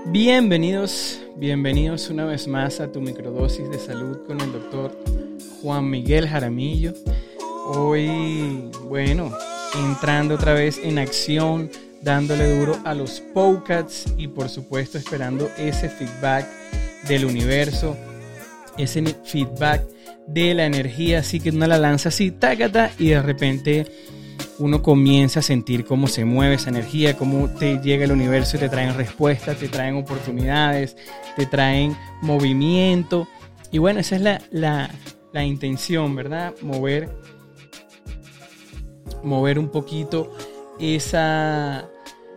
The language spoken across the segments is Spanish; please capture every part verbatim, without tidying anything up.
Bienvenidos, bienvenidos una vez más a tu microdosis de salud con el doctor Juan Miguel Jaramillo. Hoy, bueno, entrando otra vez en acción, dándole duro a los podcasts y por supuesto esperando ese feedback del universo, ese feedback de la energía, así que uno la lanza así, tácata, y de repente uno comienza a sentir cómo se mueve esa energía, cómo te llega el universo y te traen respuestas, te traen oportunidades, te traen movimiento. Y bueno, esa es la, la, la intención, ¿verdad? Mover, mover un poquito esa,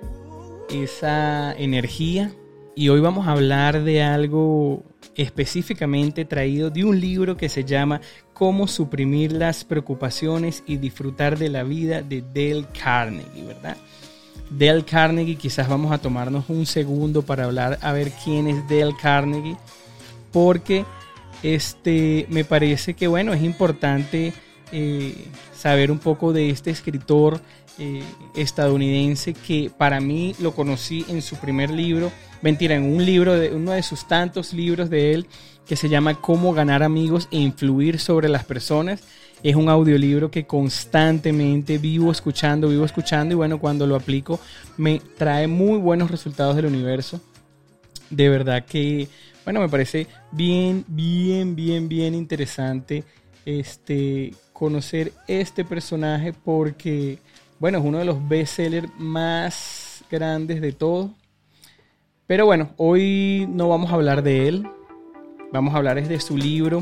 esa energía. Y hoy vamos a hablar de algo específicamente traído de un libro que se llama Cómo suprimir las preocupaciones y disfrutar de la vida, de Dale Carnegie, ¿verdad? Dale Carnegie, quizás vamos a tomarnos un segundo para hablar a ver quién es Dale Carnegie, porque este, me parece que bueno, es importante eh, saber un poco de este escritor eh, estadounidense que para mí lo conocí en su primer libro, mentira, en un libro, de uno de sus tantos libros de él, que se llama Cómo ganar amigos e influir sobre las personas. Es un audiolibro que constantemente vivo escuchando, vivo escuchando y bueno, cuando lo aplico me trae muy buenos resultados del universo. De verdad que, bueno, me parece bien, bien, bien, bien interesante este, conocer este personaje porque, bueno, es uno de los bestsellers más grandes de todos. Pero bueno, hoy no vamos a hablar de él. Vamos a hablar es de su libro,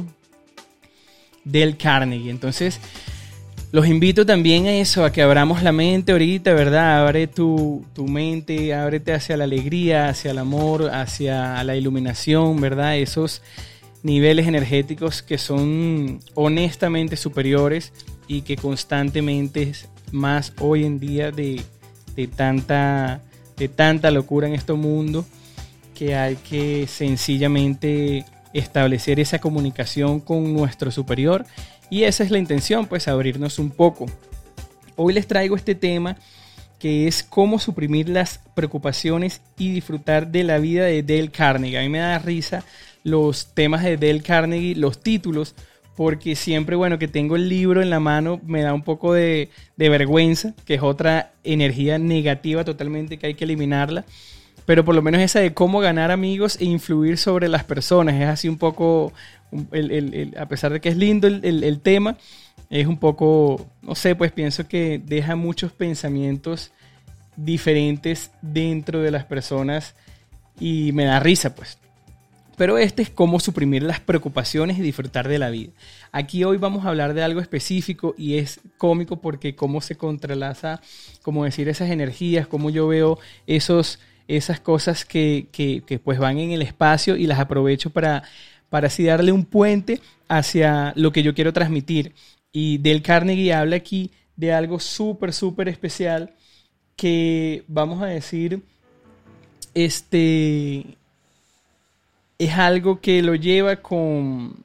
Dale Carnegie. Entonces, los invito también a eso, a que abramos la mente ahorita, ¿verdad? Abre tu, tu mente, ábrete hacia la alegría, hacia el amor, hacia la iluminación, ¿verdad? Esos niveles energéticos que son honestamente superiores y que constantemente es más hoy en día de, de, tanta, de tanta locura en este mundo que hay que sencillamente establecer esa comunicación con nuestro superior y esa es la intención, pues abrirnos un poco. Hoy les traigo este tema que es cómo suprimir las preocupaciones y disfrutar de la vida de Dale Carnegie. A mí me da risa los temas de Dale Carnegie, los títulos, porque siempre, bueno, que tengo el libro en la mano me da un poco de, de vergüenza, que es otra energía negativa totalmente que hay que eliminarla. Pero por lo menos esa de cómo ganar amigos e influir sobre las personas. Es así un poco, el, el, el, a pesar de que es lindo el, el, el tema, es un poco, no sé, pues pienso que deja muchos pensamientos diferentes dentro de las personas y me da risa, pues. Pero este es cómo suprimir las preocupaciones y disfrutar de la vida. Aquí hoy vamos a hablar de algo específico y es cómico porque cómo se contralaza, como decir, esas energías, cómo yo veo esos... esas cosas que, que, que pues van en el espacio y las aprovecho para, para así darle un puente hacia lo que yo quiero transmitir. Y Dale Carnegie habla aquí de algo súper, súper especial que vamos a decir, este, es algo que lo lleva con,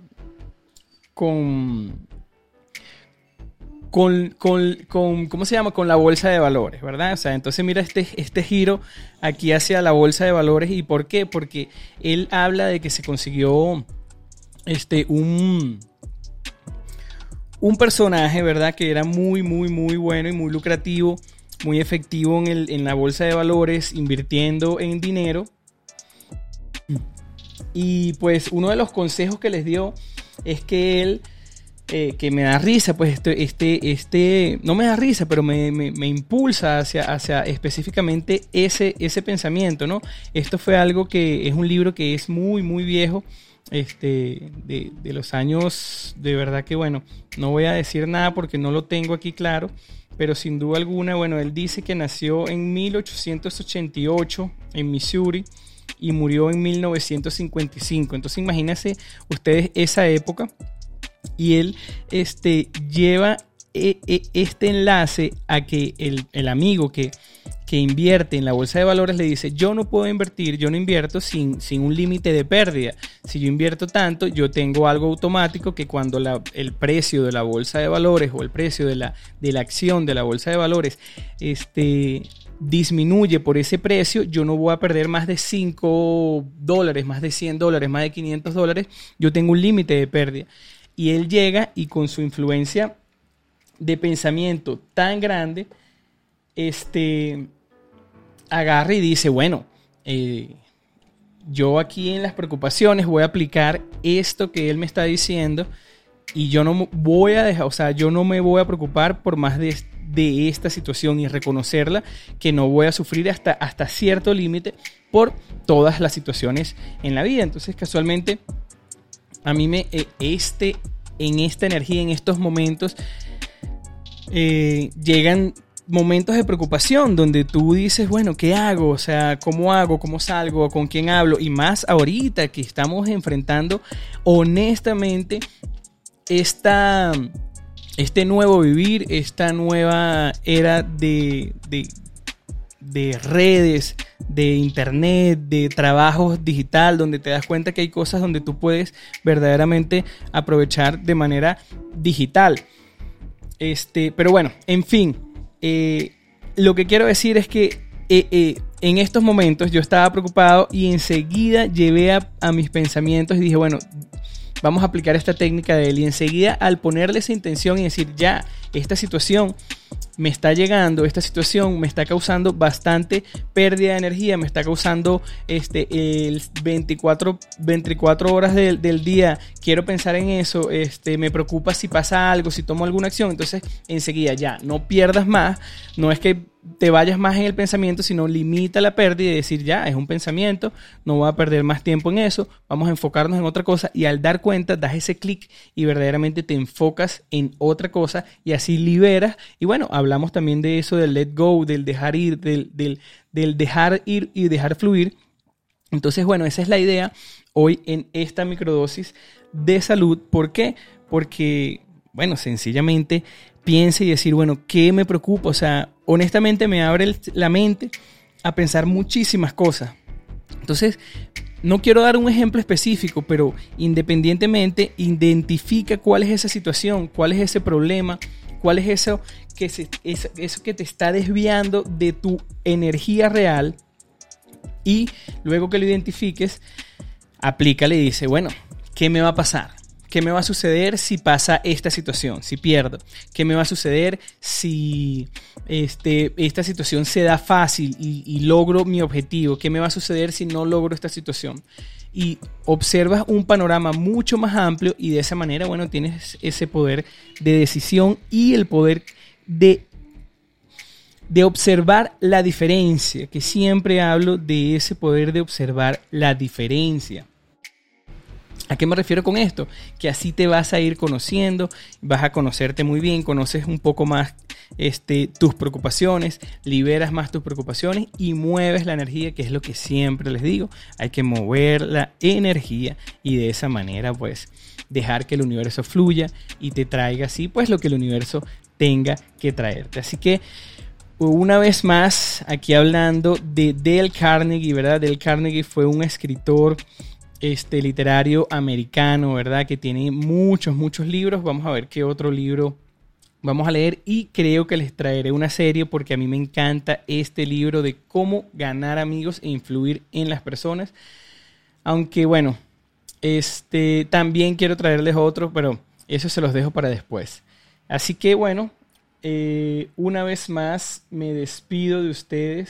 con, Con, con, con, ¿cómo se llama? Con la bolsa de valores, ¿verdad? O sea, entonces mira este, este giro aquí hacia la bolsa de valores. ¿Y por qué? Porque él habla de que se consiguió este, un, un personaje, ¿verdad? Que era muy, muy, muy bueno y muy lucrativo, muy efectivo en, el, en la bolsa de valores, invirtiendo en dinero. Y pues uno de los consejos que les dio es que él... Eh, que me da risa, pues este, este, este no me da risa, pero me, me, me impulsa hacia, hacia específicamente ese, ese pensamiento, ¿no? Esto fue algo que es un libro que es muy, muy viejo, este, de, de los años, de verdad que bueno, no voy a decir nada porque no lo tengo aquí claro, pero sin duda alguna, bueno, él dice que nació en mil ochocientos ochenta y ocho en Missouri y murió en mil novecientos cincuenta y cinco, entonces imagínense ustedes esa época. Y él este, lleva e, e, este enlace a que el, el amigo que, que invierte en la bolsa de valores le dice: yo no puedo invertir, yo no invierto sin, sin un límite de pérdida. Si yo invierto tanto, yo tengo algo automático que cuando la, el precio de la bolsa de valores o el precio de la, de la acción de la bolsa de valores este, disminuye por ese precio, yo no voy a perder más de cinco dólares, más de cien dólares, más de quinientos dólares. Yo tengo un límite de pérdida. Y él llega y con su influencia de pensamiento tan grande, este, agarra y dice, bueno, eh, yo aquí en las preocupaciones voy a aplicar esto que él me está diciendo y yo no voy a dejar, o sea, yo no me voy a preocupar por más de, de esta situación y reconocerla, que no voy a sufrir hasta, hasta cierto límite por todas las situaciones en la vida. Entonces, casualmente, a mí me, este, en esta energía, en estos momentos, eh, llegan momentos de preocupación donde tú dices, bueno, ¿qué hago? O sea, ¿cómo hago? ¿Cómo salgo? ¿Con quién hablo? Y más ahorita que estamos enfrentando honestamente esta, este nuevo vivir, esta nueva era de, de, de redes, de internet, de trabajos digital, donde te das cuenta que hay cosas donde tú puedes verdaderamente aprovechar de manera digital. Este, pero bueno, en fin, eh, lo que quiero decir es que eh, eh, en estos momentos yo estaba preocupado y enseguida llevé a, a mis pensamientos y dije, bueno, vamos a aplicar esta técnica de él. Y enseguida, al ponerle esa intención y decir, ya, esta situación me está llegando, esta situación me está causando bastante pérdida de energía, me está causando este, el veinticuatro, veinticuatro horas del, del día, quiero pensar en eso, este, me preocupa si pasa algo, si tomo alguna acción. Entonces, enseguida, ya, no pierdas más, no es que te vayas más en el pensamiento, sino limita la pérdida y decir, ya, es un pensamiento, no voy a perder más tiempo en eso, vamos a enfocarnos en otra cosa. Y al dar cuenta, das ese clic y verdaderamente te enfocas en otra cosa y así liberas. Y bueno, hablamos también de eso, del let go, del dejar ir, del, del, del dejar ir y dejar fluir. Entonces, bueno, esa es la idea hoy en esta microdosis de salud. ¿Por qué? Porque, bueno, sencillamente piense y decir, bueno, ¿qué me preocupa? O sea, honestamente me abre el, la mente a pensar muchísimas cosas. Entonces, no quiero dar un ejemplo específico, pero independientemente, identifica cuál es esa situación, cuál es ese problema, cuál es eso que, se, eso, eso que te está desviando de tu energía real. Y luego que lo identifiques, aplícale y dice, bueno, ¿qué me va a pasar? ¿Qué me va a suceder si pasa esta situación, si pierdo? ¿Qué me va a suceder si este, esta situación se da fácil y, y logro mi objetivo? ¿Qué me va a suceder si no logro esta situación? Y observas un panorama mucho más amplio y de esa manera, bueno, tienes ese poder de decisión y el poder de, de observar la diferencia, que siempre hablo de ese poder de observar la diferencia. ¿A qué me refiero con esto? Que así te vas a ir conociendo, vas a conocerte muy bien, conoces un poco más este, tus preocupaciones, liberas más tus preocupaciones y mueves la energía, que es lo que siempre les digo. Hay que mover la energía y de esa manera pues dejar que el universo fluya y te traiga así pues lo que el universo tenga que traerte. Así que una vez más aquí hablando de Dale Carnegie, ¿verdad? Dale Carnegie fue un escritor Este, literario americano, ¿verdad? Que tiene muchos, muchos libros. Vamos a ver qué otro libro vamos a leer y creo que les traeré una serie porque a mí me encanta este libro de cómo ganar amigos e influir en las personas. Aunque bueno, este, también quiero traerles otro, pero eso se los dejo para después. Así que bueno, eh, una vez más me despido de ustedes.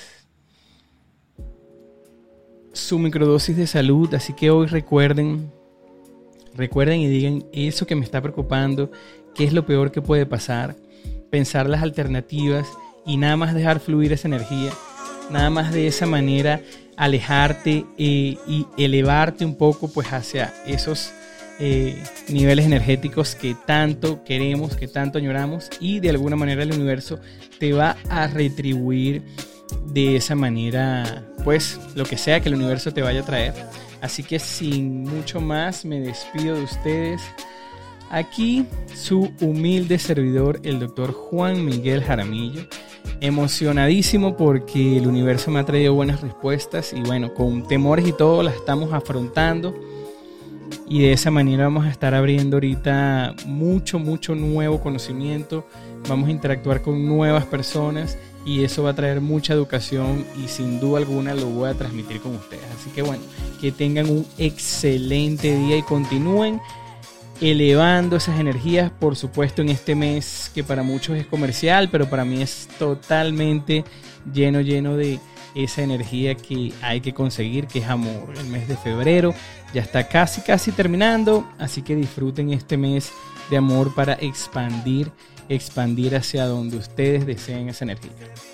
Su microdosis de salud, así que hoy recuerden, recuerden y digan eso que me está preocupando, qué es lo peor que puede pasar, pensar las alternativas y nada más dejar fluir esa energía, nada más de esa manera alejarte eh, y elevarte un poco pues hacia esos eh, niveles energéticos que tanto queremos, que tanto añoramos y de alguna manera el universo te va a retribuir de esa manera pues lo que sea que el universo te vaya a traer. Así que sin mucho más me despido de ustedes. Aquí su humilde servidor, el doctor Juan Miguel Jaramillo, emocionadísimo porque el universo me ha traído buenas respuestas y bueno, con temores y todo las estamos afrontando y de esa manera vamos a estar abriendo ahorita mucho, mucho nuevo conocimiento, vamos a interactuar con nuevas personas y eso va a traer mucha educación y sin duda alguna lo voy a transmitir con ustedes. Así que bueno, que tengan un excelente día y continúen elevando esas energías, por supuesto en este mes que para muchos es comercial, pero para mí es totalmente lleno, lleno de esa energía que hay que conseguir, que es amor. El mes de febrero ya está casi, casi terminando, así que disfruten este mes de amor para expandir, expandir hacia donde ustedes deseen esa energía.